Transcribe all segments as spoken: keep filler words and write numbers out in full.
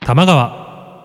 玉川。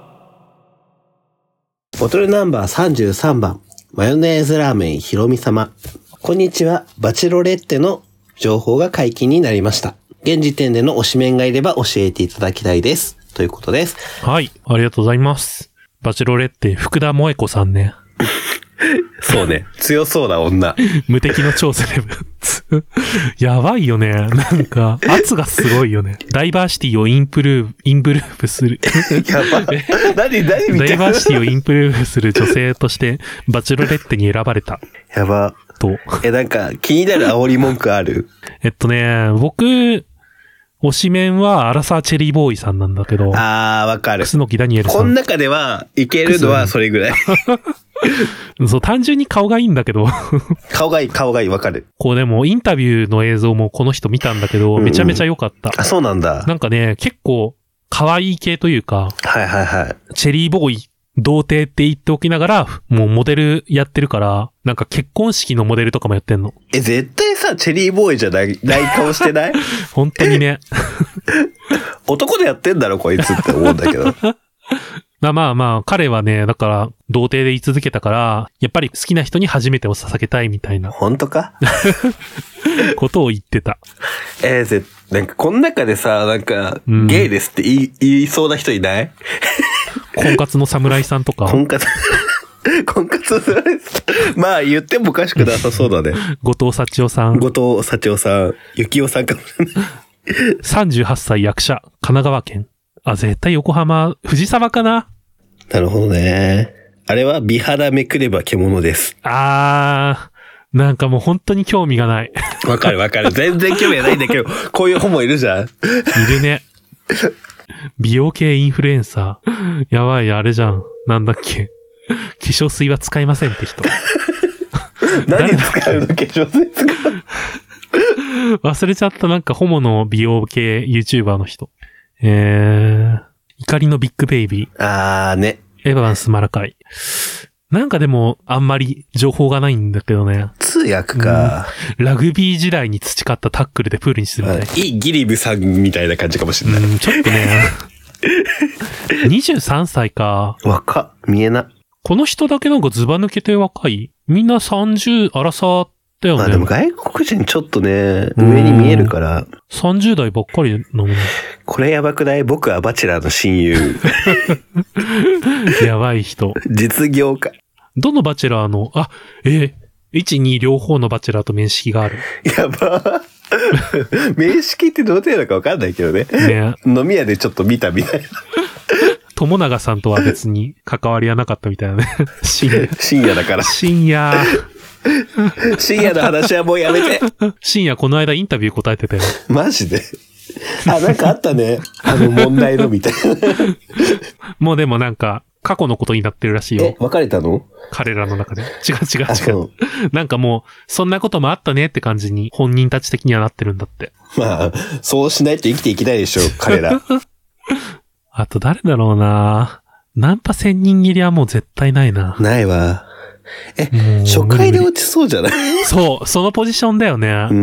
ボトルナンバーさんじゅうさんばん、マヨネーズラーメンひろみ様。こんにちは。バチロレッテの情報が解禁になりました。現時点での推しメンがいれば教えていただきたいです。ということです。 はい、ありがとうございます。バチロレッテ福田萌子さんね。 そうね。強そうな女。 無敵の超セレブ。やばいよね。なんか、圧がすごいよね。ダイバーシティをインプルーブ、インプルーブする。 やば。何、何みたいな。 ダイバーシティをインプルーブする女性として、バチロレッテに選ばれた。 やば。 と。 え、なんか、気になる煽り文句ある？ えっとね、僕、推しメンはアラサーチェリーボーイさんなんだけど。 あー、わかる。 楠木ダニエルさん。 この中では、いけるのはそれぐらい。 そう、単純に顔がいいんだけど。 顔がいい、顔がいい、わかる。 こうでも、インタビューの映像もこの人見たんだけど、うんうん、めちゃめちゃ良かった。 あ、そうなんだ。 なんかね、結構、可愛い系というか。 はいはいはい。 チェリーボーイ、童貞って言っておきながら、もうモデルやってるから、なんか結婚式のモデルとかもやってんの。 え、絶対さ、チェリーボーイじゃない、ない顔してない？ 本当にね。 男でやってんだろ、こいつって思うんだけど。 まあまあまあ、彼はね、だから、童貞で言い続けたから、やっぱり好きな人に初めてを捧げたいみたいな。 本当か？ ことを言ってた。 えー、ぜ、なんかこの中でさ、なんか、うん、ゲイですって言い、言いそうな人いない？ 婚活の侍さんとか。 婚活婚活の侍さん。まあ言ってもおかしくなさそうだね。 後藤幸男さん。 後藤幸男さん。幸男さんかもしれない。 さんじゅうはっさい役者。神奈川県。あ、絶対横浜、藤沢かな？ なるほどね。あれは美肌めくれば獣です。 あー、なんかもう本当に興味がない。 わかるわかる。全然興味がないんだけど、こういうホモいるじゃん。いるね。美容系インフルエンサー。やばい、あれじゃん。なんだっけ。化粧水は使いませんって人。 何使うの？化粧水使う忘れちゃった。なんかホモの美容系 YouTuber の人。えー、怒りのビッグベイビー。 あーね。 エヴァンスマラカイ。なんかでも、あんまり情報がないんだけどね。 通訳か、 うん。ラグビー時代に培ったタックルでプールにするみたいな。 いいギリブさんみたいな感じかもしれない。 うん、ちょっとね。にじゅうさんさいか。 若っ。見えな。 この人だけなんかズバ抜けて若い？みんなさんじゅう、アラサーだよね。 まあでも外国人ちょっとね、上に見えるから。 さんじゅう代ばっかりなのね。 これやばくない？僕はバチェラーの親友。 やばい人。 実業家。 どのバチェラーの、あ、えー、いち、に両方のバチェラーと面識がある。 やば。面識ってどの程度かわかんないけどね。ね。飲み屋でちょっと見たみたいな。 友永さんとは別に関わりはなかったみたいなね。深夜。 深夜だから。 深夜。 深夜の話はもうやめて。 深夜この間インタビュー答えてたよ。 マジで？あ、なんかあったね。あの問題のみたいな。 もうでもなんか過去のことになってるらしいよ。 え、別れたの？彼らの中で。違う違う違う。なんかもう、そんなこともあったねって感じに本人たち的にはなってるんだって。 まあ、そうしないと生きていけないでしょ、彼ら。 あと誰だろうな。ナンパ千人切りはもう絶対ないな。 ないわ。え、初回で落ちそうじゃない？ そう、そのポジションだよね。 うん。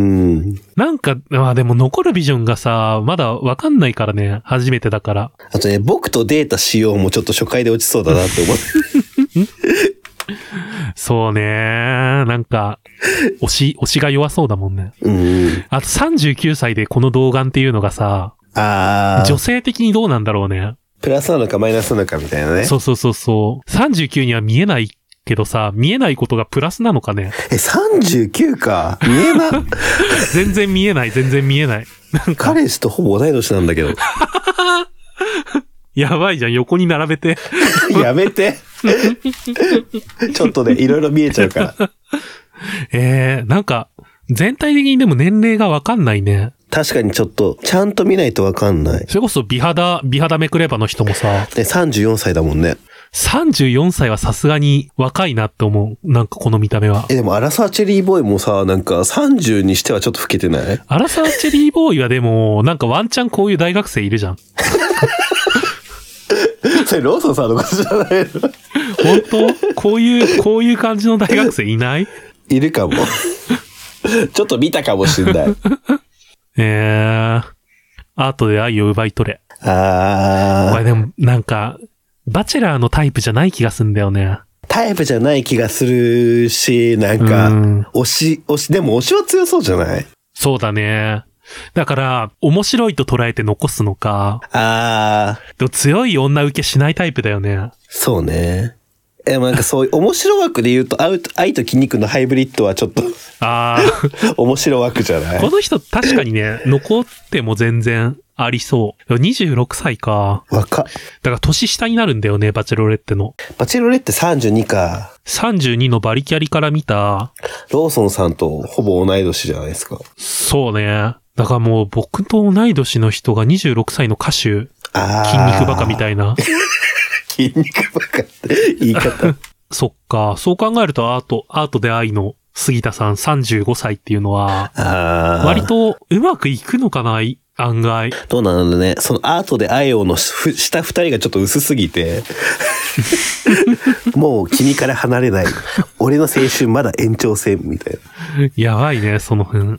なんか、まあでも残るビジョンがさ、まだわかんないからね、初めてだから。 あとね、僕とデータしようもちょっと初回で落ちそうだなって思う。 そうね。なんか、推し、推しが弱そうだもんね。 うん。 あとさんじゅうきゅうさいでこの童顔っていうのがさ、 あ女性的にどうなんだろうね。 プラスなのかマイナスなのかみたいなね。 そうそうそうそう。さんじゅうきゅうには見えないけどさ、見えないことがプラスなのかね。 え、さんじゅうきゅうか。見えな。 全然見えない、全然見えない。 なんか彼氏とほぼ同い年なんだけど。 やばいじゃん、横に並べて。 やめて。ちょっとね、いろいろ見えちゃうから。 えー、なんか、全体的にでも年齢がわかんないね。 確かにちょっと、ちゃんと見ないとわかんない。 それこそ美肌、美肌めくればの人もさ。 ね、さんじゅうよんさいだもんね。 さんじゅうよんさいはさすがに若いなって思う。なんかこの見た目は。 え、でもアラサーチェリーボーイもさ、なんかさんじゅうにしてはちょっと老けてない？ アラサーチェリーボーイはでも、なんかワンチャンこういう大学生いるじゃん。 それローソンさんのことじゃないの？ 本当？こういう、こういう感じの大学生いない？ いるかも。ちょっと見たかもしれない。 えー。 アートで愛を奪い取れ。 あー。 これでも、なんか、バチェラーのタイプじゃない気がすんだよね。 タイプじゃない気がするし、なんか、推し、推し、でも推しは強そうじゃない？ そうだね。だから、面白いと捉えて残すのか。 あー。 でも強い女受けしないタイプだよね。 そうね。え、なんかそういう面白枠で言うと、愛と、愛と筋肉のハイブリッドはちょっと、 ああ。 面白枠じゃない？ この人確かにね、残っても全然ありそう。にじゅうろくさいか。 若っ。 だから年下になるんだよね、バチェロレッテの。 バチェロレッテさんじゅうにか。 さんじゅうにのバリキャリから見た。 ローソンさんとほぼ同い年じゃないですか。 そうね。だからもう僕と同い年の人がにじゅうろくさいの歌手。 あ筋肉バカみたいな。 筋肉バカって言い方。 そっか。そう考えるとアート、アートで愛の杉田さんさんじゅうごさいっていうのは、割とうまくいくのかな、案外。 どうなんだね。そのアートで愛をの下二人がちょっと薄すぎて、もう君から離れない。俺の青春まだ延長戦みたいな。やばいね、その辺。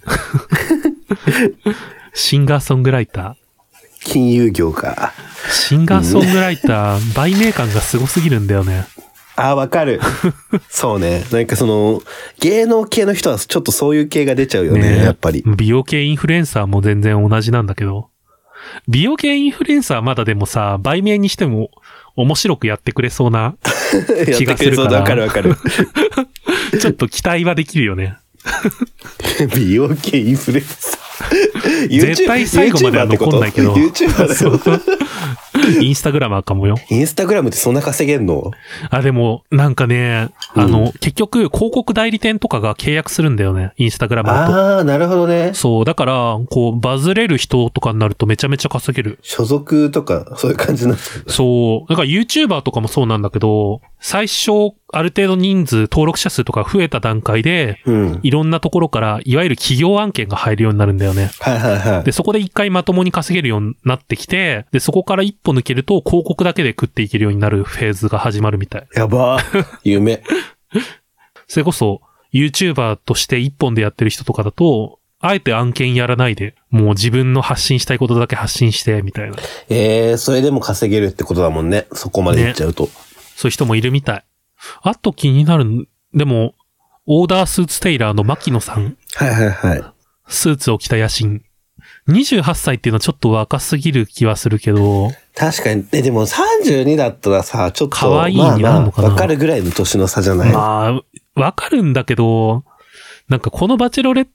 シンガーソングライター。 金融業か。 シンガーソングライター、売名感がすごすぎるんだよね。 あ、わかる。そうね。なんかその、芸能系の人はちょっとそういう系が出ちゃうよね、ねやっぱり。 美容系インフルエンサーも全然同じなんだけど。美容系インフルエンサーまだでもさ、売名にしても面白くやってくれそうな気がするから。 わかるわかる。 ちょっと期待はできるよね。 美容系インフルエンサー。 絶対最後までは残んないけど。 YouTuber インスタグラマーかもよ。 インスタグラムってそんな稼げんの？ あ、でも、なんかね、あの、うん、結局、広告代理店とかが契約するんだよね。インスタグラマーと。 ああ、なるほどね。 そう。だから、こう、バズれる人とかになるとめちゃめちゃ稼げる。 所属とか、そういう感じになっちゃう。 そう。だから YouTuber とかもそうなんだけど、最初、ある程度人数、登録者数とか増えた段階で、うん、いろんなところから、いわゆる企業案件が入るようになるんだよね。 はいはいはい。 で、そこで一回まともに稼げるようになってきて、で、そこから一歩抜けると、広告だけで食っていけるようになるフェーズが始まるみたい。 やばー。夢。 それこそ、YouTuber として一本でやってる人とかだと、あえて案件やらないで、もう自分の発信したいことだけ発信して、みたいな。 ええー、それでも稼げるってことだもんね。そこまでいっちゃうと。ね、 そういう人もいるみたい。あと気になる、でも、オーダースーツテイラーの牧野さん。 はいはいはい。 スーツを着た野心。にじゅうはっさいっていうのはちょっと若すぎる気はするけど。 確かに。え、でもさんじゅうにだったらさ、ちょっと。 可愛いになるのかな。 わかるぐらいの年の差じゃない？ まあ、わかるんだけど、なんかこのバチェロレって、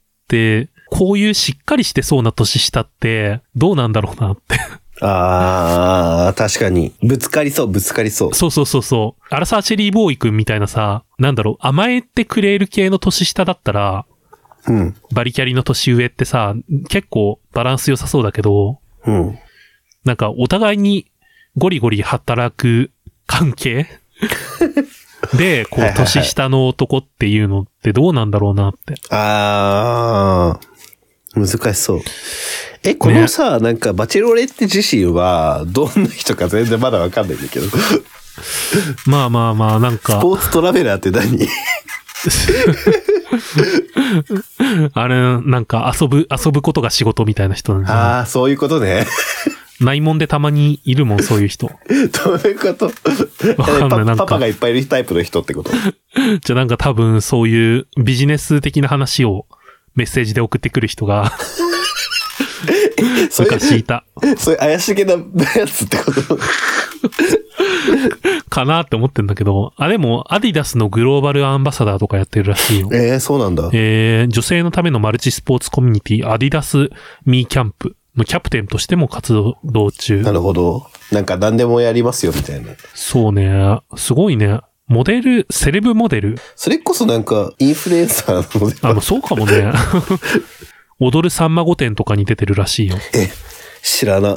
こういうしっかりしてそうな年下って、どうなんだろうなって。 ああ、確かに。ぶつかりそう、ぶつかりそう。 そうそうそうそう。アラサーチェリーボーイくんみたいなさ、なんだろう、甘えてくれる系の年下だったら、 うん。 バリキャリの年上ってさ、結構バランス良さそうだけど、 うん。 なんかお互いにゴリゴリ働く関係で、こう、年下の男っていうのってどうなんだろうなって。 ああ、難しそう。え、このさ、ね、なんか、バチェロレッテ自身は、どんな人か全然まだわかんないんだけど。 まあまあまあ、なんか。 スポーツトラベラーって何？ あれ、なんか遊ぶ、遊ぶことが仕事みたいな人なんじゃない？ ああ、そういうことね。 内門でたまにいるもん、そういう人。 どういうこと？ わかんない、なんか。 パパがいっぱいいるタイプの人ってこと？ じゃあなんか多分そういうビジネス的な話をメッセージで送ってくる人が昔いた。 そういう怪しげなやつってことかなって思ってんだけど、あ、でもアディダスのグローバルアンバサダーとかやってるらしいよ。 えー、そうなんだ。 えー、女性のためのマルチスポーツコミュニティアディダスミーキャンプのキャプテンとしても活動中。 なるほど。なんか何でもやりますよみたいな。 そうね。すごいね。モデル、セレブモデル。 それこそなんかインフルエンサーのモデル。 あ、もうそうかもね。踊るさんま御殿とかに出てるらしいよ。 え、知らな。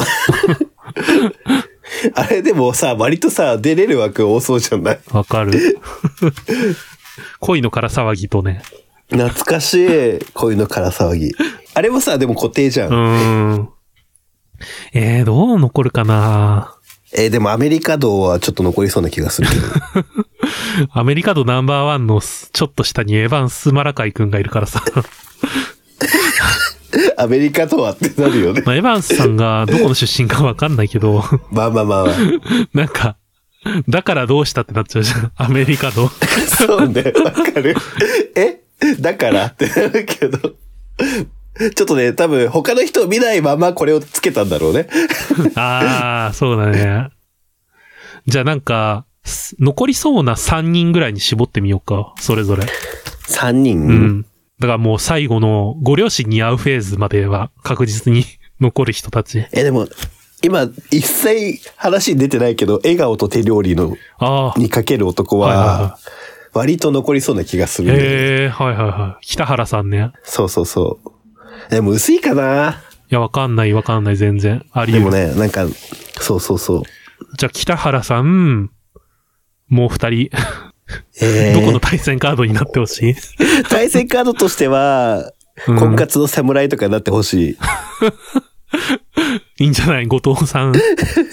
あれでもさ、割とさ、出れる枠多そうじゃない？ わかる。恋のから騒ぎとね。 懐かしい。恋のから騒ぎ。あれもさ、でも固定じゃん。 うーん。えー、どう残るかな。 えー、でもアメリカ道はちょっと残りそうな気がするけど。 アメリカ道ナンバーワンのちょっと下にエヴァンス・マラカイ君がいるからさ。 アメリカとはってなるよね。 まあ、エヴァンスさんがどこの出身かわかんないけど。 まあまあまあまあ。 なんか、だからどうしたってなっちゃうじゃん。アメリカと。 そうね、わかる。えだからってなるけど。ちょっとね、多分他の人を見ないままこれをつけたんだろうね。ああ、そうだね。じゃあなんか、残りそうなさんにんぐらいに絞ってみようか。それぞれ。 さんにん？ うん。だからもう最後のご両親に会うフェーズまでは確実に残る人たち。 え、でも、今、一切話に出てないけど、笑顔と手料理の、にかける男は、割と残りそうな気がする、ね。 へえ、はいはいはい。北原さんね。 そうそうそう。でも薄いかな。 いや、わかんないわかんない、全然。ありえる。 でもね、なんか、そうそうそう。 じゃあ、北原さん、もう二人。えー、どこの対戦カードになってほしい？ 対戦カードとしては、うん、婚活の侍とかになってほしい。 いいんじゃない？後藤さん。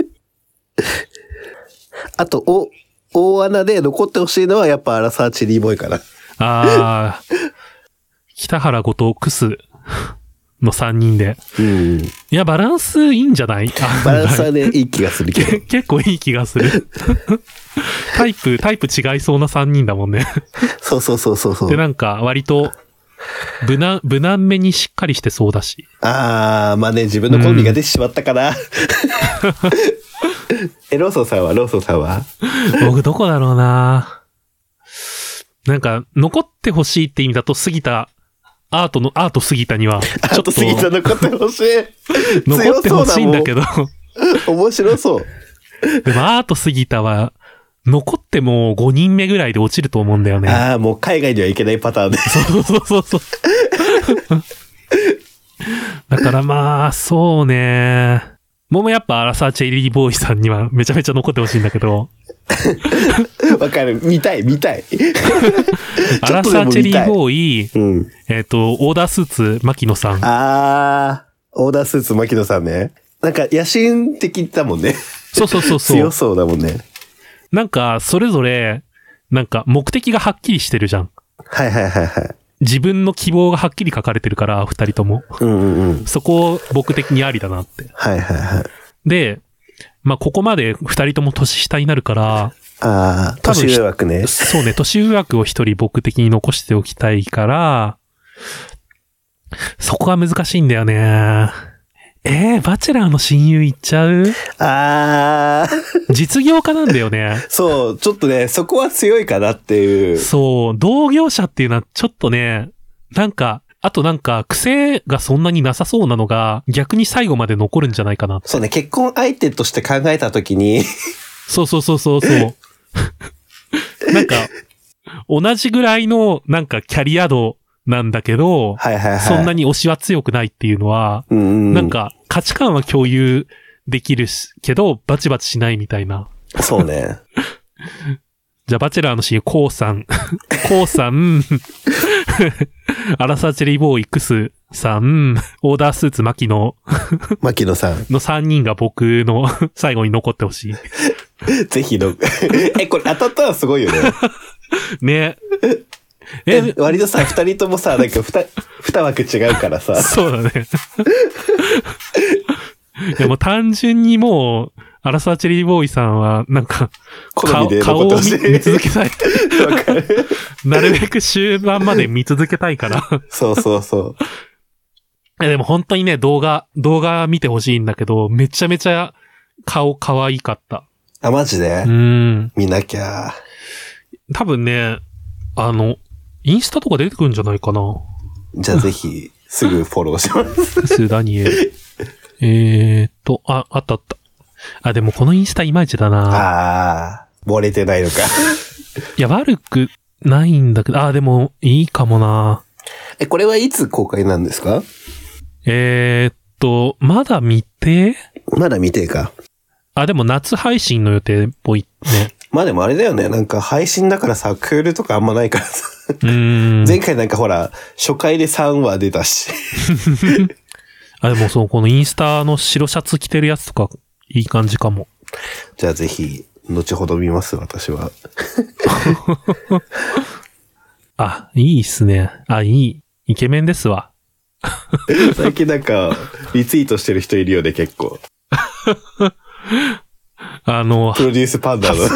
あと、お、大穴で残ってほしいのはやっぱアラサーチェリーボーイかな。 ああ。北原、後藤、クスのさんにんで。うん。いや、バランスいいんじゃない？ バランスはね、いい気がするけど。 結構いい気がする。タイプ、タイプ違いそうなさんにんだもんね。 そうそうそうそうそう。 で、なんか、割と、無難、無難めにしっかりしてそうだし。 あー、まあね、自分の好みが出てしまったかな。うん、え、ローソンさんはローソンさんは僕どこだろうな。なんか、残ってほしいって意味だと、杉田、アートの、アート杉田には、ちょっと。アート杉田残ってほしい。 残ってほしいんだけど。 面白そう。 でも、アート杉田は、残ってもごにんめぐらいで落ちると思うんだよね。 ああ、もう海外には行けないパターンで。 そうそうそうそう。だからまあ、そうね。もうやっぱアラサーチェリーボーイさんにはめちゃめちゃ残ってほしいんだけど。 わかる。見たい、見たい。 アラサーチェリーボーイ、うん、えっと、オーダースーツ、牧野さん。 ああ、オーダースーツ、牧野さんね。なんか野心的だもんね。 そうそうそうそう。 強そうだもんね。 なんか、それぞれ、なんか、目的がはっきりしてるじゃん。 はいはいはいはい。 自分の希望がはっきり書かれてるから、二人とも。 うんうんうん。 そこ、僕的にありだなって。 はいはいはい。 で、まあ、ここまで二人とも年下になるから、 ああ、年上枠ね。 そうね、年上枠を一人僕的に残しておきたいから、そこが難しいんだよね。えー、バチェラーの親友行っちゃう？ あー。 実業家なんだよね。 そう、ちょっとね、そこは強いかなっていう。 そう、同業者っていうのはちょっとね、なんか、あとなんか、癖がそんなになさそうなのが、逆に最後まで残るんじゃないかな。 そうね、結婚相手として考えたときに。 そうそうそうそうそう。なんか、同じぐらいの、なんか、キャリア度なんだけど、 はいはいはい、 そんなに推しは強くないっていうのは、 うんうん、 なんか、価値観は共有できるけど、バチバチしないみたいな。 そうね。 じゃあ、バチェラーの親友、コウさん。コウさん、アラサーチェリーボーイ、クスさん、オーダースーツ、マキノ。 マキノさん。 のさんにんが僕の最後に残ってほしい。 ぜひの。え、これ当たったらすごいよね。 ね。 え、割とさ、二人ともさ、なんか二、二枠違うからさ。 そうだね。いやもう単純にもう、アラサーチェリーボーイさんは、なんか、顔, 顔を 見, 見続けたい。 わかる。 なるべく終盤まで見続けたいから。 そうそうそう。 でも本当にね、動画、動画見てほしいんだけど、めちゃめちゃ顔可愛かった。 あ、マジで？ うん。 見なきゃ。 多分ね、あの、インスタとか出てくるんじゃないかな。 じゃあぜひ、すぐフォローします。 スーダニエル。えーっと、あ、あったあった。あ、でもこのインスタいまいちだな。 ああ、漏れてないのか。 いや、悪くないんだけど、あ、でもいいかもな。 え、これはいつ公開なんですか？ えーっと、まだ未定？ まだ未定か。 あ、でも夏配信の予定っぽいね。 まあでもあれだよね。なんか配信だからさ、クールとかあんまないからさ。 うーん。 前回なんかほら、初回でさんわ出たし。 あ、でもそう、このインスタの白シャツ着てるやつとか、いい感じかも。 じゃあぜひ、後ほど見ます、私は。 あ、いいっすね。あ、いい。イケメンですわ。 最近なんか、リツイートしてる人いるよね、結構。 あの、 プロデュースパンダの。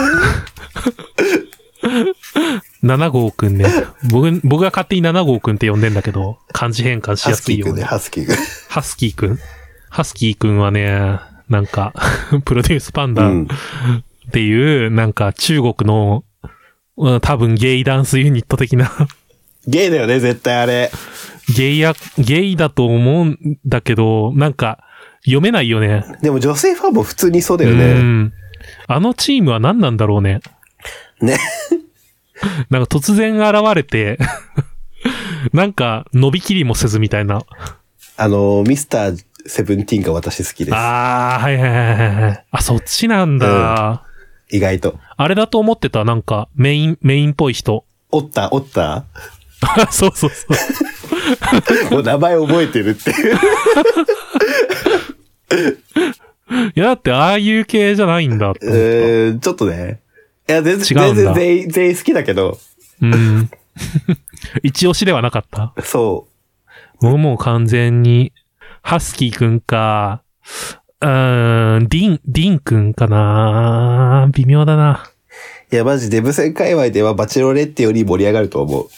なな号くんね。僕、僕が勝手になな号くんって呼んでんだけど、漢字変換しやすいよね。 ハスキーくんね、ハスキーくん。 ハスキーくんハスキーくんはね、なんか、プロデュースパンダっていう、うん、なんか中国の、多分ゲイダンスユニット的な。 ゲイだよね、絶対あれ。 ゲイや、ゲイだと思うんだけど、なんか、読めないよね。 でも女性ファンも普通にそうだよね。うん。 あのチームは何なんだろうね。 ね。 なんか突然現れて、なんか伸びきりもせずみたいな。 あの、ミスターセブンティーンが私好きです。 ああ、はいはいはいはい。あ、そっちなんだ、 うん。意外と。 あれだと思ってた、なんかメイン、メインっぽい人。 おった、おったそうそうそう。 もう名前覚えてるっていう。 いや、だってああいう系じゃないんだって。 えー、ちょっとね。いや、全然、全然全員、全員好きだけど。 うん。一押しではなかった。 そう。 もうもう完全に、ハスキーくんか、うーん、ディン、ディンくんかな微妙だな。 いや、マジデブ戦界隈ではバチェロレッテより盛り上がると思う。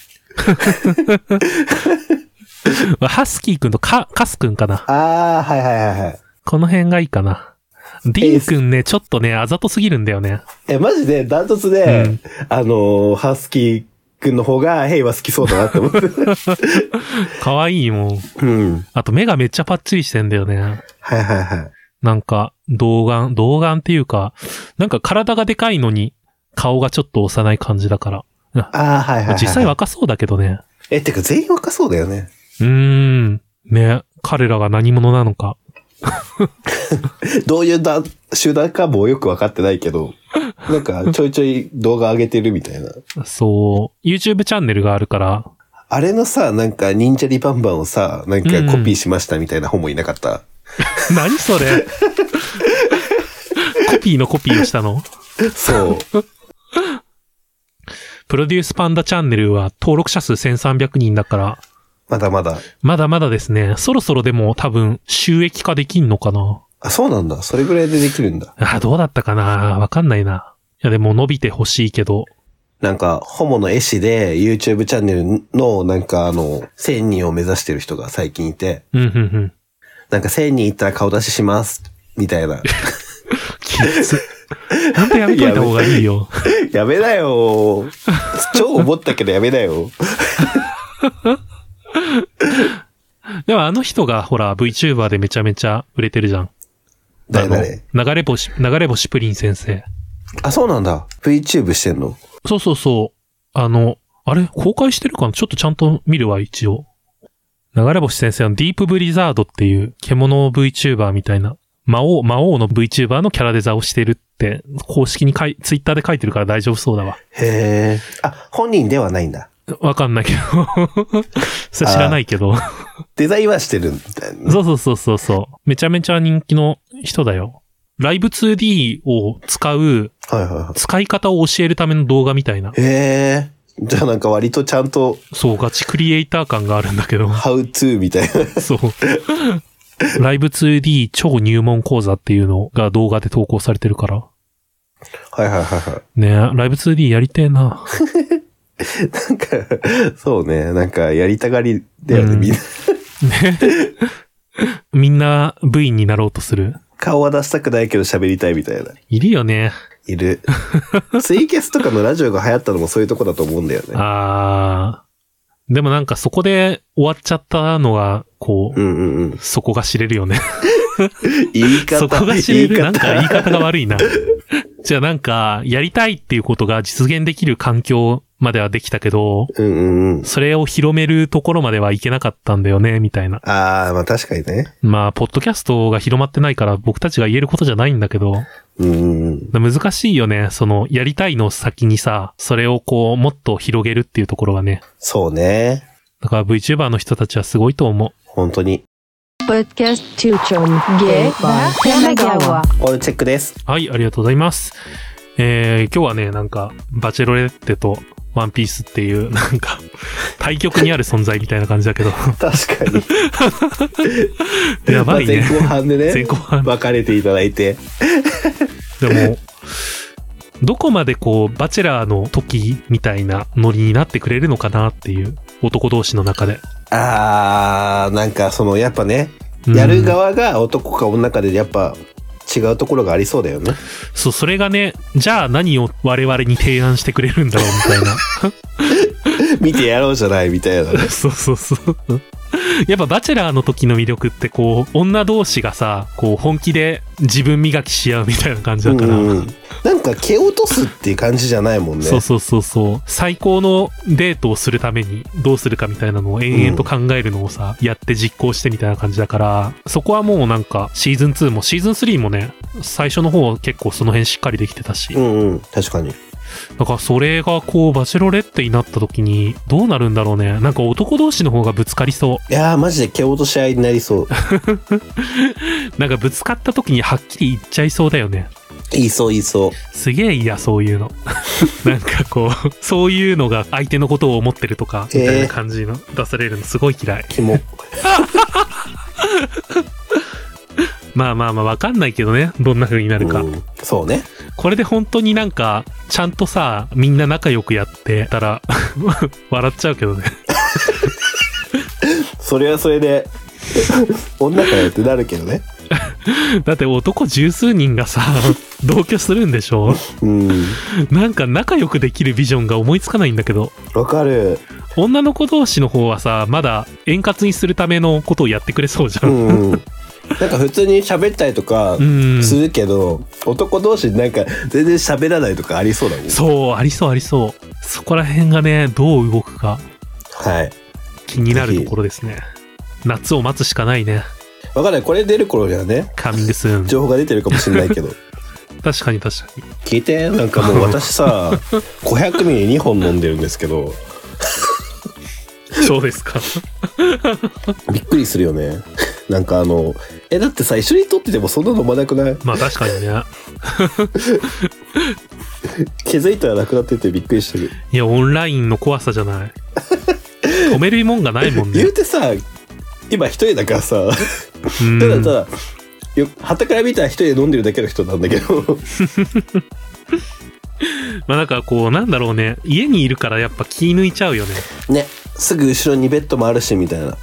ハスキーくんとカ、カスくんかな。 あー、はいはいはいはい。 この辺がいいかな。ディンくんね、ちょっとね、あざとすぎるんだよね。 え、マジで、ダントツで、うん、あのー、ハスキーくんの方が、ヘイは好きそうだなって思って。 かわいいもん。うん。あと目がめっちゃパッチリしてんだよね。 はいはいはい。 なんか、童顔、童顔っていうか、なんか体がでかいのに、顔がちょっと幼い感じだから。 ああ、はいはい、はい。 実際若そうだけどね。 え、てか全員若そうだよね。 うーん。ね、彼らが何者なのか。 どういうだ集団かもよくわかってないけど、なんかちょいちょい動画上げてるみたいな。 そう。YouTube チャンネルがあるから。 あれのさ、なんか忍者リバンバンをさ、なんかコピーしましたみたいな本もいなかった、 うん、何それコピーのコピーをしたの？ そう。 プロデュースパンダチャンネルは登録者数せんさんびゃくにんだから。 まだまだ。 まだまだですね。そろそろでも多分収益化できんのかな。 あ、そうなんだ。それぐらいでできるんだ。 あ、どうだったかな。わかんないな。いやでも伸びてほしいけど。 なんか、ホモの絵師で YouTube チャンネルのなんかあの、せんにんを目指してる人が最近いて。 うん、うん、うん。 なんかせんにんいったら顔出しします。みたいな。 きつ。ほんとやめといた方がいいよ。 やめなよ。超思ったけどやめなよ。 でもあの人がほら VTuber でめちゃめちゃ売れてるじゃん。 誰誰？ 流れ星、流れ星プリン先生。 あ、そうなんだ。VTube してんの？ そうそうそう。あの、あれ公開してるかな？ちょっとちゃんと見るわ、一応。流れ星先生のディープブリザードっていう獣 VTuber みたいな。魔王、魔王の VTuber のキャラデザをしてるって、公式に書い、ツイッターで書いてるから大丈夫そうだわ。 へー。あ、本人ではないんだ。 わかんないけど。それ知らないけど。 デザインはしてるみたいな。 そうそうそうそうそう。めちゃめちゃ人気の人だよ。ライブ ツーディー を使う、 はいはいはい、使い方を教えるための動画みたいな。 へー。じゃあなんか割とちゃんと。 そう、ガチクリエイター感があるんだけど。 How to みたいな。 そう。ライブ ツーディー 超入門講座っていうのが動画で投稿されてるから。 はいはいはいはい。 ねえ、ライブ ツーディー やりてえな。 なんか、そうね、なんかやりたがりだよね、うん、みんな。ね。 みんな V になろうとする。 顔は出したくないけど喋りたいみたいな。 いるよね。 いる。ツイキャスとかのラジオが流行ったのもそういうとこだと思うんだよね。 あー。でもなんかそこで終わっちゃったのが、こう、 うんうんうん、 そこが知れるよね。 言い方。 そこが知れる。なんか言い方が悪いな。じゃあなんか、やりたいっていうことが実現できる環境まではできたけど、 うんうんうん、 それを広めるところまではいけなかったんだよね、みたいな。 ああ、まあ確かにね。 まあ、ポッドキャストが広まってないから僕たちが言えることじゃないんだけど、 うんうんうん、難しいよね。その、やりたいの先にさ、それをこう、もっと広げるっていうところがね。 そうね。 だから VTuber の人たちはすごいと思う。 本当に。 Podcast Tuchon Ge wa Kanagawa。 オールチェックです。 はい、ありがとうございます。 えー、今日はね、なんか、バチェロレッテとワンピースっていう、なんか、対極にある存在みたいな感じだけど。 確かに。 やばいね。 まあ前後半でね、 前後半。 分かれていただいて。 でも、どこまでこう、バチェラーの時みたいなノリになってくれるのかなっていう、男同士の中で。 あー、なんかその、やっぱね、やる側が男か女かでやっぱ違うところがありそうだよね。 そう、それがね、じゃあ何を我々に提案してくれるんだろうみたいな。 見てやろうじゃないみたいなね。 そうそうそう。やっぱバチェラーの時の魅力ってこう、女同士がさ、こう本気で自分磨きし合うみたいな感じだから。 うんうん、なんか蹴落とすっていう感じじゃないもんね。 そうそうそうそう。最高のデートをするためにどうするかみたいなのを延々と考えるのをさ、うん、やって実行してみたいな感じだから、そこはもうなんかシーズンツーもシーズンスリーもね、最初の方結構その辺しっかりできてたし。 うんうん、確かに。 だからそれがこうバチェロレッテになった時にどうなるんだろうね。なんか男同士の方がぶつかりそう。 いやーマジで蹴落とし合いになりそう。 なんかぶつかった時にはっきり言っちゃいそうだよね。 言いそう言いそう。 すげえ嫌そういうの。なんかこうそういうのが相手のことを思ってるとかみたいな感じの出されるのすごい嫌い。 キモ。 まあまあまあわかんないけどね、どんな風になるか、うん、 そうね。 これで本当になんかちゃんとさみんな仲良くやってたら笑っちゃうけどね。 それはそれで女かよってなるけどね。 だって男十数人がさ同居するんでしょ、うん、なんか仲良くできるビジョンが思いつかないんだけど。 わかる。 女の子同士の方はさまだ円滑にするためのことをやってくれそうじゃん、うんうん、 なんか普通に喋ったりとかするけど、うん、男同士なんか全然喋らないとかありそうだもん。 そうありそうありそう。そこら辺がねどう動くかはい気になるところですね。夏を待つしかないね。 わかんない、これ出る頃にはねカミングスーン情報が出てるかもしれないけど。 確かに確かに。 聞いて、なんかもう私さごひゃくミリにほん飲んでるんですけど。 そうですか。 びっくりするよね。なんかあのえだってさ一緒に撮っててもそんな飲まなくない？ まあ確かにね。 気づいたらなくなっててびっくりしてる。 いやオンラインの怖さじゃない。止めるもんがないもんね。 言うてさ今一人だからさただただよ旗から見たら一人で飲んでるだけの人なんだけど。 まあなんかこうなんだろうね、家にいるからやっぱ気抜いちゃうよね。 ね、すぐ後ろにベッドもあるしみたいな。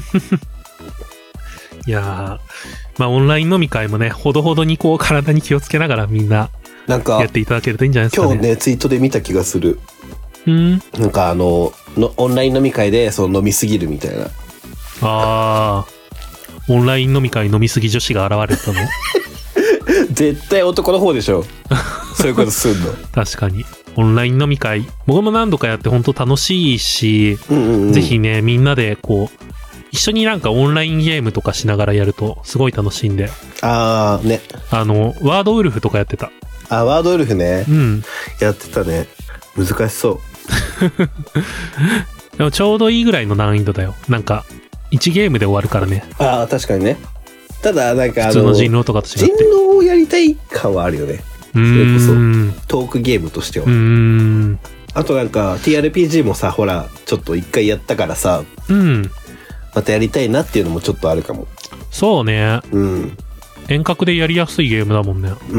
いやー、まあオンライン飲み会もねほどほどにこう体に気をつけながらみんななんかやっていただけるといいんじゃないですかね。 今日ねツイートで見た気がする。 うん。 なんかあののオンライン飲み会でその飲みすぎるみたいな。 あー、オンライン飲み会飲みすぎ女子が現れたの。 絶対男の方でしょ。そういうことすんの。 確かにオンライン飲み会僕も何度かやって本当楽しいし、うんうんうん、ぜひねみんなでこう一緒になんかオンラインゲームとかしながらやるとすごい楽しいんで。 あーね、 あのワードウルフとかやってた。 あ、ワードウルフね、 うん、 やってたね。難しそう。 でもちょうどいいぐらいの難易度だよ。なんかいちゲームで終わるからね。 ああ確かにね。ただなんかあの普通の人狼とかと違って人狼をやりたい感はあるよね。それこそトークゲームとしては。うーん、あとなんか ティーアールピージー もさほらちょっと一回やったからさ、うん、またやりたいなっていうのもちょっとあるかも。 そうね、うん、遠隔でやりやすいゲームだもんね。うん、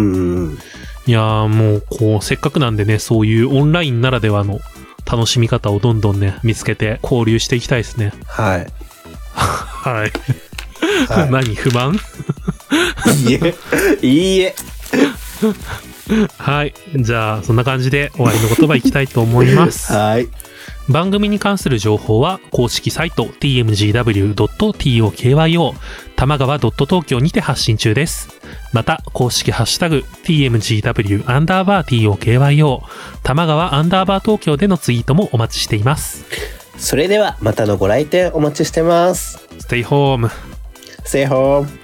いやーもうこうせっかくなんでねそういうオンラインならではの楽しみ方をどんどんね見つけて交流していきたいですね。 はいはい、はい、何不満？ いいえいいえ。 はい、じゃあそんな感じで終わりの言葉いきたいと思います。 はい。 番組に関する情報は公式サイト ティーエムジーダブリュードットトーキョー 玉川 .東京 にて発信中です。また公式ハッシュタグ ティーエムジーダブリュー アンダーバー トーキョー 玉川アンダーバー東京でのツイートもお待ちしています。 それではまたのご来店お待ちしてます。 Stay home. Stay home.